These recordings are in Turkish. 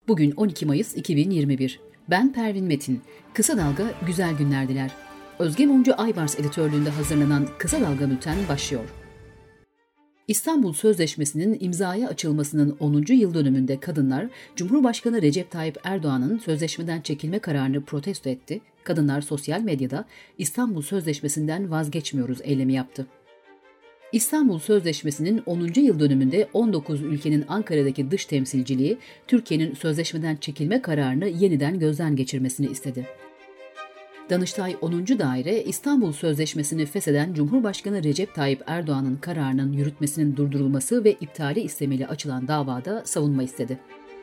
Bugün 12 Mayıs 2021. Ben Pervin Metin. Kısa Dalga güzel günler diler. Özge Mumcu Aybars editörlüğünde hazırlanan Kısa Dalga Bülten başlıyor. İstanbul Sözleşmesi'nin imzaya açılmasının 10. yıl dönümünde kadınlar, Cumhurbaşkanı Recep Tayyip Erdoğan'ın sözleşmeden çekilme kararını protesto etti. Kadınlar sosyal medyada İstanbul Sözleşmesi'nden vazgeçmiyoruz eylemi yaptı. İstanbul Sözleşmesi'nin 10. yıl dönümünde 19 ülkenin Ankara'daki dış temsilciliği, Türkiye'nin sözleşmeden çekilme kararını yeniden gözden geçirmesini istedi. Danıştay 10. Daire, İstanbul Sözleşmesi'ni fesheden Cumhurbaşkanı Recep Tayyip Erdoğan'ın kararının yürütmesinin durdurulması ve iptali istemiyle açılan davada savunma istedi.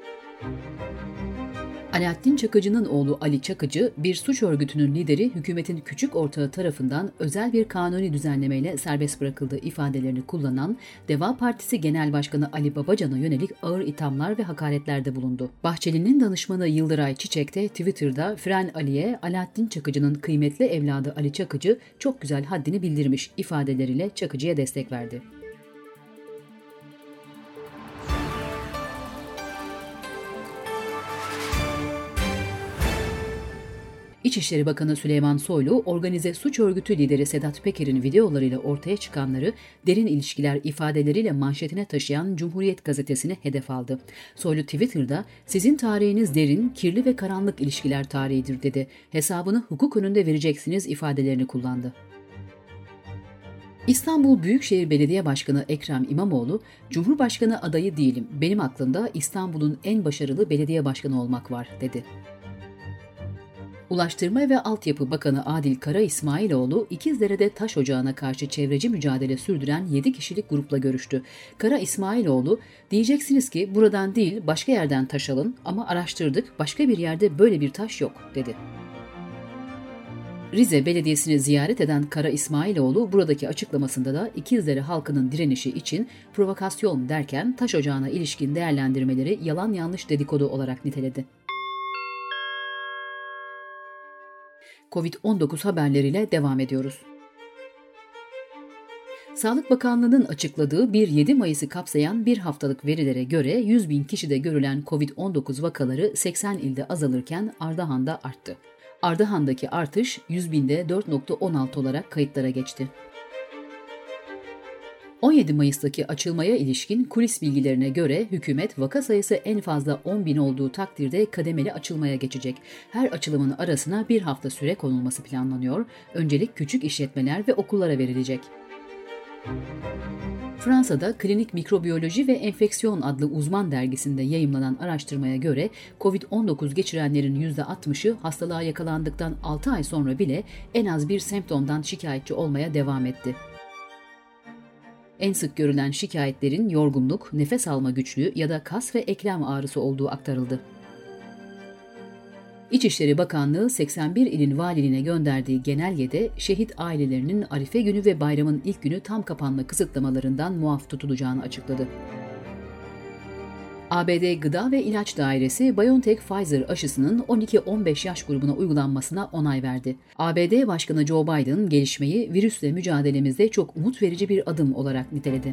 Alaaddin Çakıcı'nın oğlu Ali Çakıcı, bir suç örgütünün lideri hükümetin küçük ortağı tarafından özel bir kanuni düzenlemeyle serbest bırakıldığı ifadelerini kullanan Deva Partisi Genel Başkanı Ali Babacan'a yönelik ağır ithamlar ve hakaretlerde bulundu. Bahçeli'nin danışmanı Yıldıray Çiçek de Twitter'da Fren Ali'ye Alaaddin Çakıcı'nın kıymetli evladı Ali Çakıcı çok güzel haddini bildirmiş ifadeleriyle Çakıcı'ya destek verdi. İçişleri Bakanı Süleyman Soylu, organize suç örgütü lideri Sedat Peker'in videolarıyla ortaya çıkanları derin ilişkiler ifadeleriyle manşetine taşıyan Cumhuriyet gazetesini hedef aldı. Soylu Twitter'da "Sizin tarihiniz derin, kirli ve karanlık ilişkiler tarihidir" dedi. Hesabını hukuk önünde vereceksiniz ifadelerini kullandı. İstanbul Büyükşehir Belediye Başkanı Ekrem İmamoğlu, "Cumhurbaşkanı adayı değilim, benim aklımda İstanbul'un en başarılı belediye başkanı olmak var" dedi. Ulaştırma ve Altyapı Bakanı Adil Kara İsmailoğlu, İkizdere'de taş ocağına karşı çevreci mücadele sürdüren 7 kişilik grupla görüştü. Kara İsmailoğlu, "Diyeceksiniz ki buradan değil başka yerden taş alın ama araştırdık, başka bir yerde böyle bir taş yok" dedi. Rize Belediyesi'ni ziyaret eden Kara İsmailoğlu buradaki açıklamasında da İkizdere halkının direnişi için provokasyon derken taş ocağına ilişkin değerlendirmeleri yalan yanlış dedikodu olarak niteledi. Covid-19 haberleriyle devam ediyoruz. Sağlık Bakanlığı'nın açıkladığı 1-7 Mayıs'ı kapsayan bir haftalık verilere göre 100.000 kişide görülen Covid-19 vakaları 80 ilde azalırken Ardahan'da arttı. Ardahan'daki artış 100.000'de 4.16 olarak kayıtlara geçti. 17 Mayıs'taki açılmaya ilişkin kulis bilgilerine göre hükümet vaka sayısı en fazla 10.000 olduğu takdirde kademeli açılmaya geçecek. Her açılımın arasına bir hafta süre konulması planlanıyor. Öncelik küçük işletmeler ve okullara verilecek. Fransa'da Klinik Mikrobiyoloji ve Enfeksiyon adlı uzman dergisinde yayımlanan araştırmaya göre Covid-19 geçirenlerin %60'ı hastalığa yakalandıktan 6 ay sonra bile en az bir semptomdan şikayetçi olmaya devam etti. En sık görülen şikayetlerin yorgunluk, nefes alma güçlüğü ya da kas ve eklem ağrısı olduğu aktarıldı. İçişleri Bakanlığı 81 ilin valiliğine gönderdiği genelgede şehit ailelerinin Arife günü ve bayramın ilk günü tam kapanma kısıtlamalarından muaf tutulacağını açıkladı. ABD Gıda ve İlaç Dairesi, BioNTech-Pfizer aşısının 12-15 yaş grubuna uygulanmasına onay verdi. ABD Başkanı Joe Biden, gelişmeyi virüsle mücadelemizde çok umut verici bir adım olarak niteledi.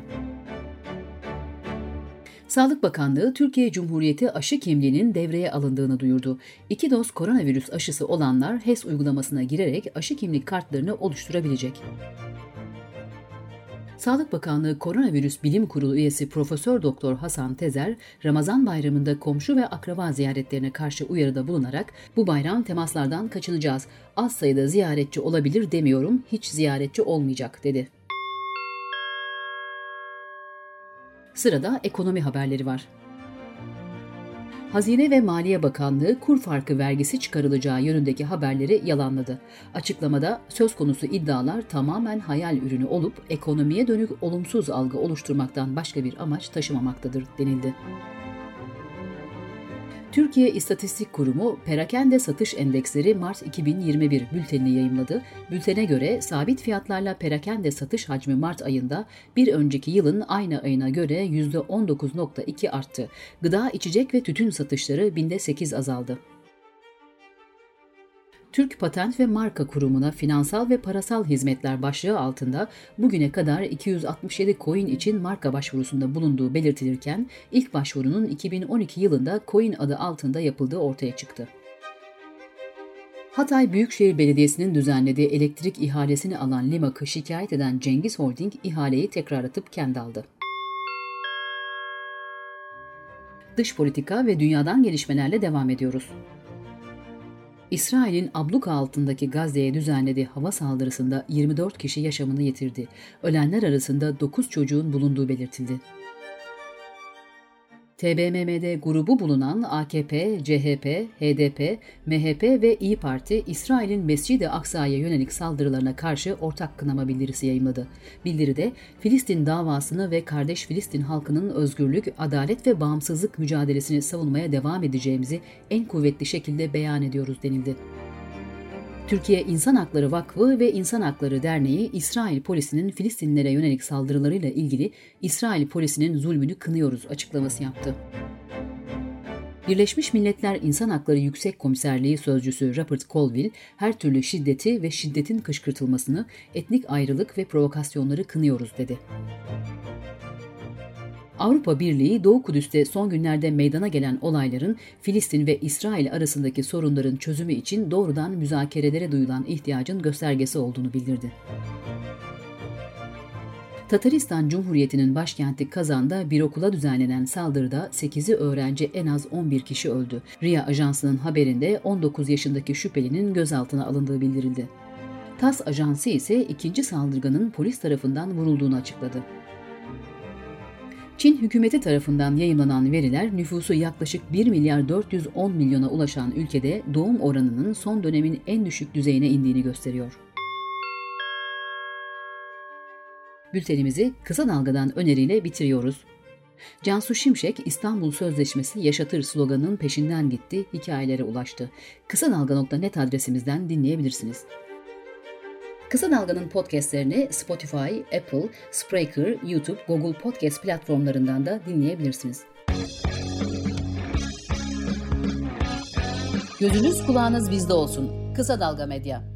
Sağlık Bakanlığı, Türkiye Cumhuriyeti aşı kimliğinin devreye alındığını duyurdu. 2 doz koronavirüs aşısı olanlar HES uygulamasına girerek aşı kimlik kartlarını oluşturabilecek. Sağlık Bakanlığı Koronavirüs Bilim Kurulu üyesi Profesör Doktor Hasan Tezer, Ramazan bayramında komşu ve akraba ziyaretlerine karşı uyarıda bulunarak "Bu bayram temaslardan kaçınacağız. Az sayıda ziyaretçi olabilir demiyorum, hiç ziyaretçi olmayacak" dedi. Sırada ekonomi haberleri var. Hazine ve Maliye Bakanlığı kur farkı vergisi çıkarılacağı yönündeki haberleri yalanladı. Açıklamada söz konusu iddialar tamamen hayal ürünü olup ekonomiye dönük olumsuz algı oluşturmaktan başka bir amaç taşımamaktadır denildi. Türkiye İstatistik Kurumu Perakende Satış Endeksleri Mart 2021 bültenini yayımladı. Bültene göre sabit fiyatlarla perakende satış hacmi Mart ayında bir önceki yılın aynı ayına göre %19.2 arttı. Gıda, içecek ve tütün satışları binde 8 azaldı. Türk Patent ve Marka Kurumu'na finansal ve parasal hizmetler başlığı altında bugüne kadar 267 coin için marka başvurusunda bulunduğu belirtilirken ilk başvurunun 2012 yılında coin adı altında yapıldığı ortaya çıktı. Hatay Büyükşehir Belediyesi'nin düzenlediği elektrik ihalesini alan Limak'ı şikayet eden Cengiz Holding ihaleyi tekrar atıp kendi aldı. Dış politika ve dünyadan gelişmelerle devam ediyoruz. İsrail'in abluka altındaki Gazze'ye düzenlediği hava saldırısında 24 kişi yaşamını yitirdi. Ölenler arasında 9 çocuğun bulunduğu belirtildi. TBMM'de grubu bulunan AKP, CHP, HDP, MHP ve İyi Parti, İsrail'in Mescid-i Aksa'ya yönelik saldırılarına karşı ortak kınama bildirisi yayımladı. Bildiride, Filistin davasını ve kardeş Filistin halkının özgürlük, adalet ve bağımsızlık mücadelesini savunmaya devam edeceğimizi en kuvvetli şekilde beyan ediyoruz denildi. Türkiye İnsan Hakları Vakfı ve İnsan Hakları Derneği, İsrail polisinin Filistinlilere yönelik saldırılarıyla ilgili İsrail polisinin zulmünü kınıyoruz açıklaması yaptı. Birleşmiş Milletler İnsan Hakları Yüksek Komiserliği Sözcüsü Rupert Colville, her türlü şiddeti ve şiddetin kışkırtılmasını, etnik ayrılık ve provokasyonları kınıyoruz dedi. Avrupa Birliği, Doğu Kudüs'te son günlerde meydana gelen olayların Filistin ve İsrail arasındaki sorunların çözümü için doğrudan müzakerelere duyulan ihtiyacın göstergesi olduğunu bildirdi. Tataristan Cumhuriyeti'nin başkenti Kazan'da bir okula düzenlenen saldırıda 8'i öğrenci, en az 11 kişi öldü. RIA Ajansı'nın haberinde 19 yaşındaki şüphelinin gözaltına alındığı bildirildi. TASS Ajansı ise ikinci saldırganın polis tarafından vurulduğunu açıkladı. Çin hükümeti tarafından yayımlanan veriler nüfusu yaklaşık 1 milyar 410 milyona ulaşan ülkede doğum oranının son dönemin en düşük düzeyine indiğini gösteriyor. Bültenimizi kısa dalgadan öneriyle bitiriyoruz. Cansu Şimşek, İstanbul Sözleşmesi yaşatır sloganının peşinden gitti, hikayelere ulaştı. Kısadalga.net adresimizden dinleyebilirsiniz. Kısa Dalga'nın podcastlerini Spotify, Apple, Spreaker, YouTube, Google Podcast platformlarından da dinleyebilirsiniz. Gözünüz kulağınız bizde olsun. Kısa Dalga Medya.